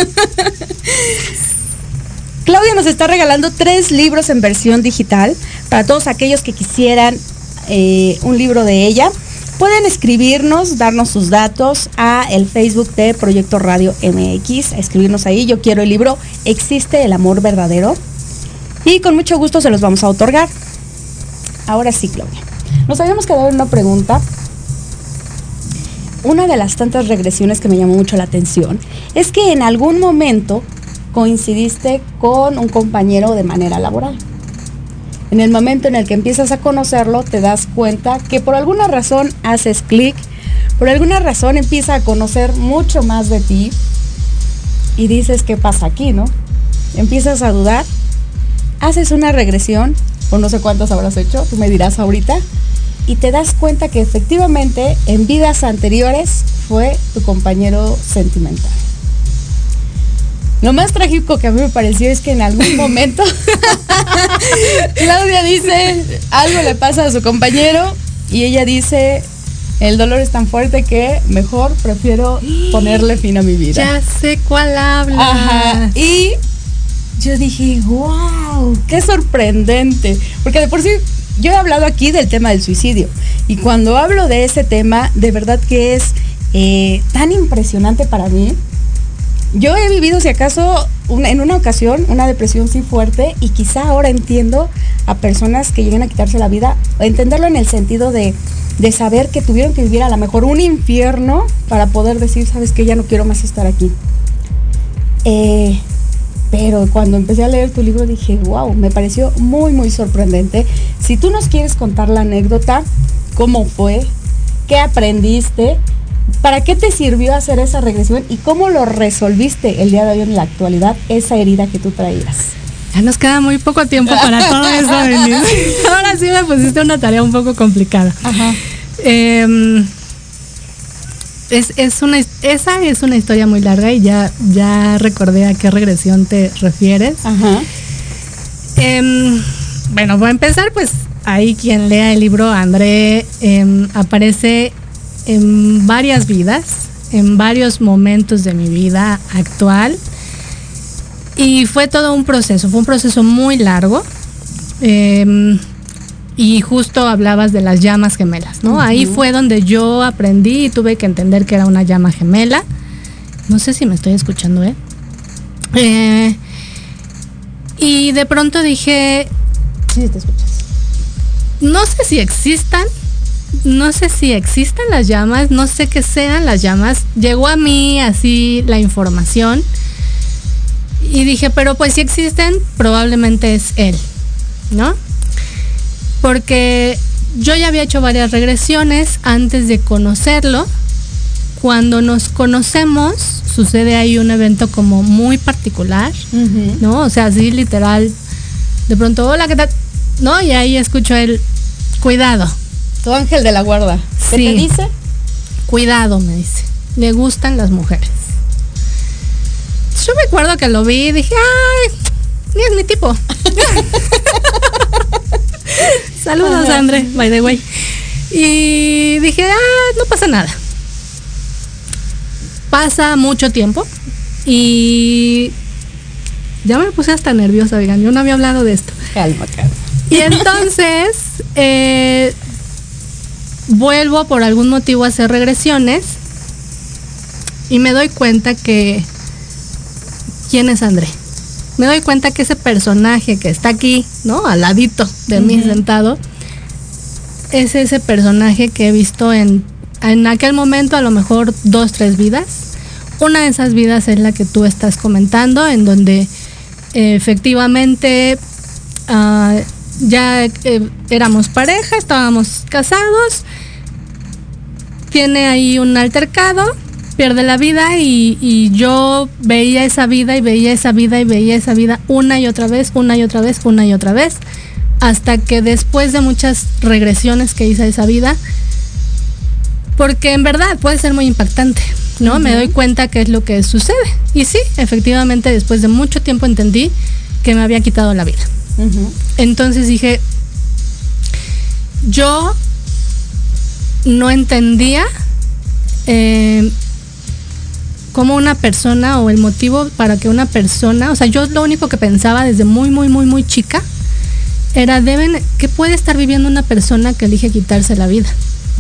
A: Claudia nos está regalando tres libros en versión digital para todos aquellos que quisieran eh, un libro de ella. Pueden escribirnos, darnos sus datos a el Facebook de Proyecto Radio M X, escribirnos ahí, yo quiero el libro ¿Existe el amor verdadero? Y con mucho gusto se los vamos a otorgar. Ahora sí, Claudia, nos habíamos quedado en una pregunta. Una de las tantas regresiones que me llamó mucho la atención es que en algún momento coincidiste con un compañero de manera laboral. En el momento en el que empiezas a conocerlo, te das cuenta que por alguna razón haces clic, por alguna razón empieza a conocer mucho más de ti y dices, ¿qué pasa aquí, no? Empiezas a dudar, haces una regresión, o no sé cuántas habrás hecho, tú me dirás ahorita, y te das cuenta que efectivamente en vidas anteriores fue tu compañero sentimental. Lo más trágico que a mí me pareció es que en algún momento Claudia dice, algo le pasa a su compañero y ella dice, el dolor es tan fuerte que mejor prefiero ponerle fin a mi vida.
B: Ya sé cuál habla.
A: Ajá. Y yo dije, wow, qué sorprendente. Porque de por sí, yo he hablado aquí del tema del suicidio. Y cuando hablo de ese tema, de verdad que es eh, tan impresionante para mí. Yo he vivido, si acaso, una, en una ocasión, una depresión sí fuerte, y quizá ahora entiendo a personas que llegan a quitarse la vida, entenderlo en el sentido de, de saber que tuvieron que vivir a lo mejor un infierno para poder decir, sabes que ya no quiero más estar aquí. Eh, pero cuando empecé a leer tu libro dije, wow, me pareció muy, muy sorprendente. Si tú nos quieres contar la anécdota, ¿cómo fue? ¿Qué aprendiste? ¿Para qué te sirvió hacer esa regresión y cómo lo resolviste el día de hoy en la actualidad, esa herida que tú traías?
B: Ya nos queda muy poco tiempo para todo eso, Denise. Ahora sí me pusiste una tarea un poco complicada.
A: Ajá.
B: Eh, es, es una, esa es una historia muy larga y ya, ya recordé a qué regresión te refieres.
A: Ajá.
B: Eh, bueno, voy a empezar, pues ahí quien lea el libro, André, eh, aparece en varias vidas, en varios momentos de mi vida actual, y fue todo un proceso, fue un proceso muy largo, eh, y justo hablabas de las llamas gemelas, ¿no? Uh-huh. Ahí fue donde yo aprendí y tuve que entender que era una llama gemela. No sé si me estoy escuchando, ¿eh? eh y de pronto dije,
A: sí, te escuchas.
B: No sé si existan, No sé si existen las llamas, no sé qué sean las llamas. Llegó a mí así la información y dije, pero pues si existen, probablemente es él, ¿no? Porque yo ya había hecho varias regresiones antes de conocerlo. Cuando nos conocemos, sucede ahí un evento como muy particular, uh-huh. ¿no? O sea, así literal, de pronto, hola, ¿qué tal? ¿No? Y ahí escucho el, cuidado.
A: Tu ángel de la guarda. ¿Qué
B: sí.
A: te dice?
B: Cuidado, me dice. Le gustan las mujeres. Yo me acuerdo que lo vi y dije, ay, ni es mi tipo. Saludos, uh-huh. André, by the way. Y dije, ah, no pasa nada. Pasa mucho tiempo y ya me puse hasta nerviosa, oigan, yo no había hablado de esto.
A: Calma, calma.
B: Y entonces eh, vuelvo por algún motivo a hacer regresiones y me doy cuenta que ¿quién es André? Me doy cuenta que ese personaje que está aquí, ¿no? Al ladito de uh-huh. mí sentado, es ese personaje que he visto en en aquel momento a lo mejor dos, tres vidas. Una de esas vidas es la que tú estás comentando, en donde eh, efectivamente uh, ya eh, éramos pareja, estábamos casados, tiene ahí un altercado, pierde la vida y, y yo veía esa vida y veía esa vida y veía esa vida una y otra vez, una y otra vez, una y otra vez, hasta que después de muchas regresiones que hice a esa vida, porque en verdad puede ser muy impactante, ¿no? Uh-huh. Me doy cuenta qué es lo que sucede. Y sí, efectivamente, después de mucho tiempo entendí que me había quitado la vida. Uh-huh. Entonces dije, yo no entendía eh, cómo una persona o el motivo para que una persona, o sea, yo lo único que pensaba desde muy, muy, muy, muy chica era, deben, ¿qué puede estar viviendo una persona que elige quitarse la vida?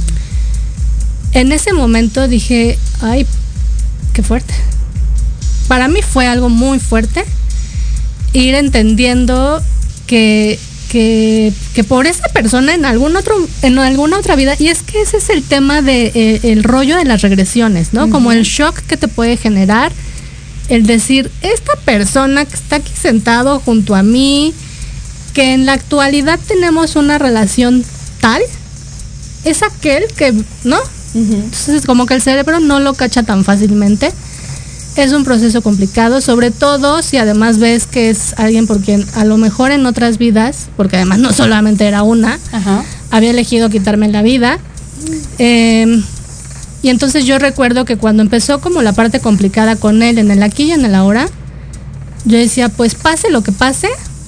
B: En ese momento dije, ay, qué fuerte. Para mí fue algo muy fuerte ir entendiendo que, que, que por esa persona en algún otro, en alguna otra vida, y es que ese es el tema de eh, el rollo de las regresiones, ¿no? Uh-huh. Como el shock que te puede generar el decir, esta persona que está aquí sentado junto a mí, que en la actualidad tenemos una relación tal, es aquel que, ¿no? Uh-huh. Entonces como que el cerebro no lo cacha tan fácilmente. Es un proceso complicado, sobre todo si además ves que es alguien por quien a lo mejor en otras vidas, porque además no solamente era una, uh-huh. había elegido quitarme la vida. Eh, y entonces yo recuerdo que cuando empezó como la parte complicada con él en el aquí y en el ahora, yo decía, pues pase lo que pase,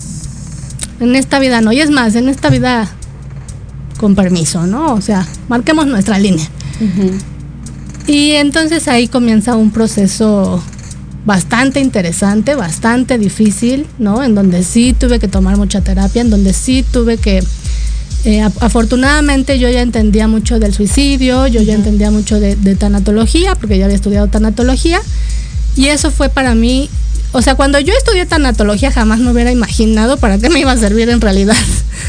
B: en esta vida no, y es más, en esta vida con permiso, ¿no? O sea, marquemos nuestra línea. Uh-huh. Y entonces ahí comienza un proceso bastante interesante, bastante difícil, ¿no? En donde sí tuve que tomar mucha terapia, en donde sí tuve que, eh, afortunadamente yo ya entendía mucho del suicidio, yo ya uh-huh. entendía mucho de, de tanatología, porque ya había estudiado tanatología, y eso fue para mí, o sea, cuando yo estudié tanatología jamás me hubiera imaginado para qué me iba a servir en realidad.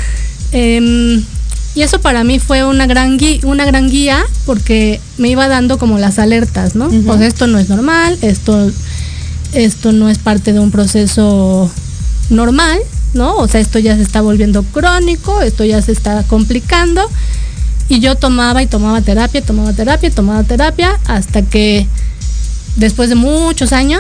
B: eh, Y eso para mí fue una gran guía, una gran guía porque me iba dando como las alertas, ¿no? Uh-huh. O sea, esto no es normal, esto, esto no es parte de un proceso normal, ¿no? O sea, esto ya se está volviendo crónico, esto ya se está complicando. Y yo tomaba y tomaba terapia, tomaba terapia, tomaba terapia, hasta que después de muchos años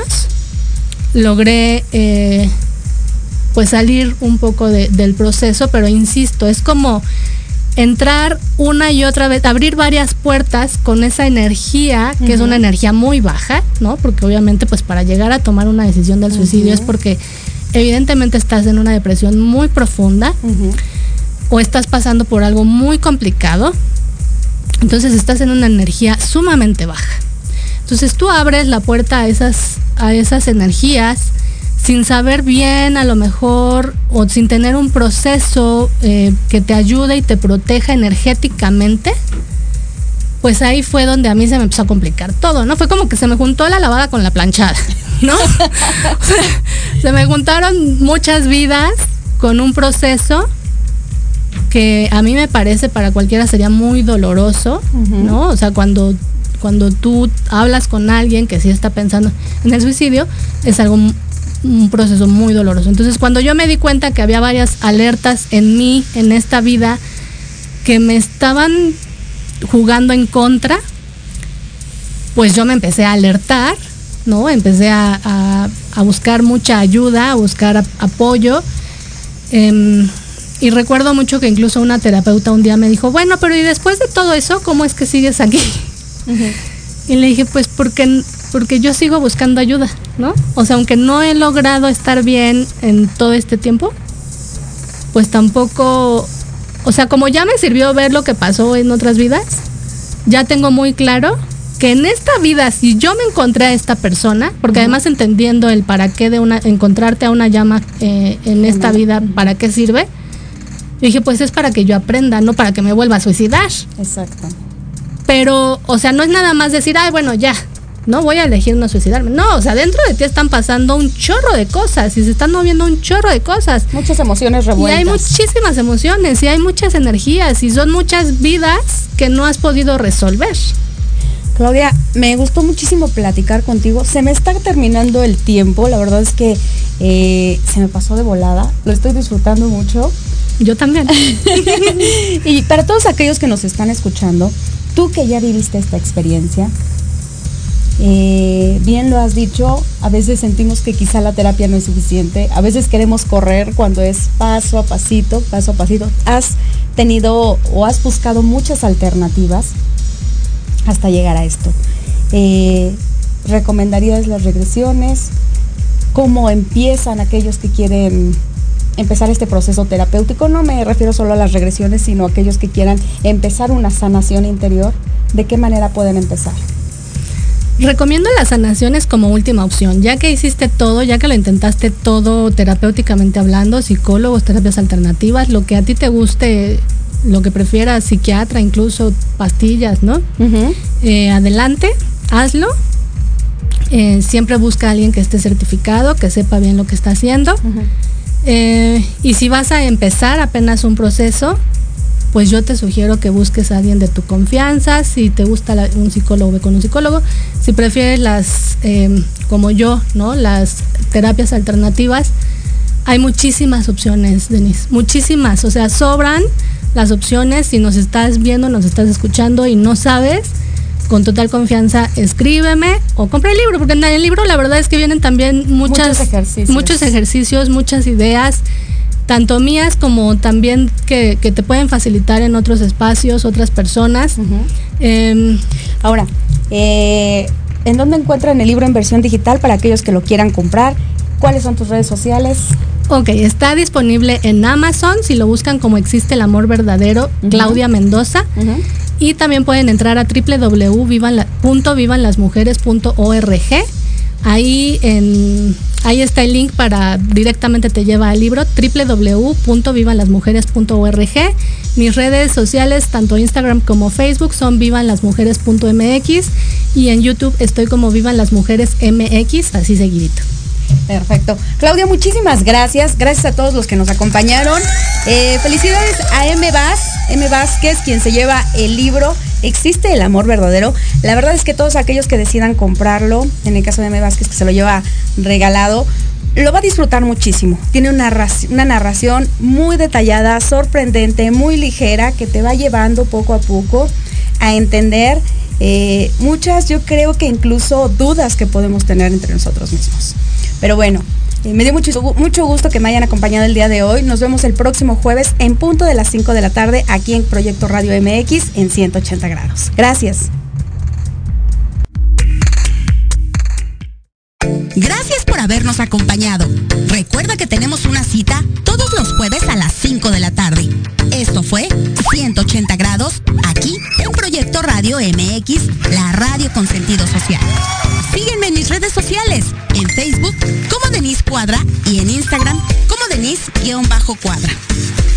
B: logré eh, pues salir un poco de, del proceso, pero insisto, es como entrar una y otra vez, abrir varias puertas con esa energía, que uh-huh. es una energía muy baja, ¿no? Porque obviamente pues para llegar a tomar una decisión del suicidio uh-huh. es porque evidentemente estás en una depresión muy profunda uh-huh. o estás pasando por algo muy complicado, entonces estás en una energía sumamente baja. Entonces tú abres la puerta a esas, a esas energías sin saber bien a lo mejor o sin tener un proceso eh, que te ayude y te proteja energéticamente, pues ahí fue donde a mí se me empezó a complicar todo, ¿no? Fue como que se me juntó la lavada con la planchada, ¿no? Se me juntaron muchas vidas con un proceso que a mí me parece para cualquiera sería muy doloroso, uh-huh. ¿no? O sea, cuando, cuando tú hablas con alguien que sí está pensando en el suicidio, es algo un proceso muy doloroso. Entonces cuando yo me di cuenta que había varias alertas en mí, en esta vida, que me estaban jugando en contra, pues yo me empecé a alertar, ¿no? Empecé a, a, a buscar mucha ayuda, a buscar a, apoyo. Eh, y recuerdo mucho que incluso una terapeuta un día me dijo, bueno, pero ¿y después de todo eso, cómo es que sigues aquí? Uh-huh. Y le dije, pues porque, porque yo sigo buscando ayuda, ¿no? O sea, aunque no he logrado estar bien en todo este tiempo, pues tampoco, o sea, como ya me sirvió ver lo que pasó en otras vidas, ya tengo muy claro que en esta vida, si yo me encontré a esta persona, porque uh-huh. además entendiendo el para qué de una, encontrarte a una llama eh, en esta uh-huh. vida, para qué sirve, dije, pues es para que yo aprenda, no para que me vuelva a suicidar.
A: Exacto.
B: Pero, o sea, no es nada más decir, ay, bueno, ya, no voy a elegir no suicidarme. No, o sea, dentro de ti están pasando un chorro de cosas y se están moviendo un chorro de cosas.
A: Muchas emociones revueltas.
B: Y hay muchísimas emociones y hay muchas energías y son muchas vidas que no has podido resolver.
A: Claudia, me gustó muchísimo platicar contigo. Se me está terminando el tiempo. La verdad es que eh, se me pasó de volada. Lo estoy disfrutando mucho.
B: Yo también.
A: Y para todos aquellos que nos están escuchando, tú que ya viviste esta experiencia, eh, bien lo has dicho, a veces sentimos que quizá la terapia no es suficiente. A veces queremos correr cuando es paso a pasito, paso a pasito. Has tenido o has buscado muchas alternativas hasta llegar a esto. Eh, ¿Recomendarías las regresiones? ¿Cómo empiezan aquellos que quieren empezar este proceso terapéutico? No me refiero solo a las regresiones, sino a aquellos que quieran empezar una sanación interior. ¿De qué manera pueden empezar?
B: Recomiendo las sanaciones como última opción, ya que hiciste todo, ya que lo intentaste todo terapéuticamente hablando, psicólogos, terapias alternativas, lo que a ti te guste, lo que prefieras, psiquiatra, incluso pastillas, ¿no? Uh-huh. Eh, adelante, hazlo. Eh, siempre busca a alguien que esté certificado, que sepa bien lo que está haciendo. Uh-huh. Eh, y si vas a empezar apenas un proceso, pues yo te sugiero que busques a alguien de tu confianza. Si te gusta la, un psicólogo, ve con un psicólogo. Si prefieres las, eh, como yo, ¿no? Las terapias alternativas, hay muchísimas opciones, Denise, muchísimas, o sea, sobran las opciones. Si nos estás viendo, nos estás escuchando y no sabes, con total confianza escríbeme o compra el libro, porque en el libro la verdad es que vienen también muchas, muchos ejercicios, muchos, ejercicios, muchas ideas, tanto mías como también que, que te pueden facilitar en otros espacios, otras personas. Uh-huh. eh,
A: Ahora, eh, ¿en dónde encuentran el libro en versión digital para aquellos que lo quieran comprar? ¿Cuáles son tus redes sociales?
B: Ok, está disponible en Amazon, si lo buscan como Existe el Amor Verdadero, uh-huh. Claudia Mendoza. Uh-huh. Y también pueden entrar a doble u doble u doble u punto vivan las mujeres punto org. Ahí, en, ahí está el link para, directamente te lleva al libro, doble u doble u doble u punto vivan las mujeres punto org. Mis redes sociales, tanto Instagram como Facebook, son vivan las mujeres punto m x y en YouTube estoy como Vivan las Mujeres M X, así seguidito.
A: Perfecto. Claudia, muchísimas gracias. Gracias a todos los que nos acompañaron. Eh, felicidades a M. Vaz, M. Vázquez, quien se lleva el libro Existe el Amor Verdadero. La verdad es que todos aquellos que decidan comprarlo, en el caso de M. Vázquez, que se lo lleva regalado, lo va a disfrutar muchísimo. Tiene una narración, una narración muy detallada, sorprendente, muy ligera, que te va llevando poco a poco a entender eh, muchas, yo creo que incluso dudas que podemos tener entre nosotros mismos. Pero bueno, eh, me dio mucho, mucho gusto que me hayan acompañado el día de hoy. Nos vemos el próximo jueves en punto de las cinco de la tarde aquí en Proyecto Radio M X en ciento ochenta grados. Gracias.
M: Gracias por habernos acompañado. Recuerda que tenemos una cita todos los jueves a las cinco de la tarde. Esto fue ciento ochenta grados aquí en Proyecto Radio M X, la radio con sentido social. Sígueme en mis redes sociales, en Facebook como Denise Cuadra y en Instagram como Denise-Cuadra.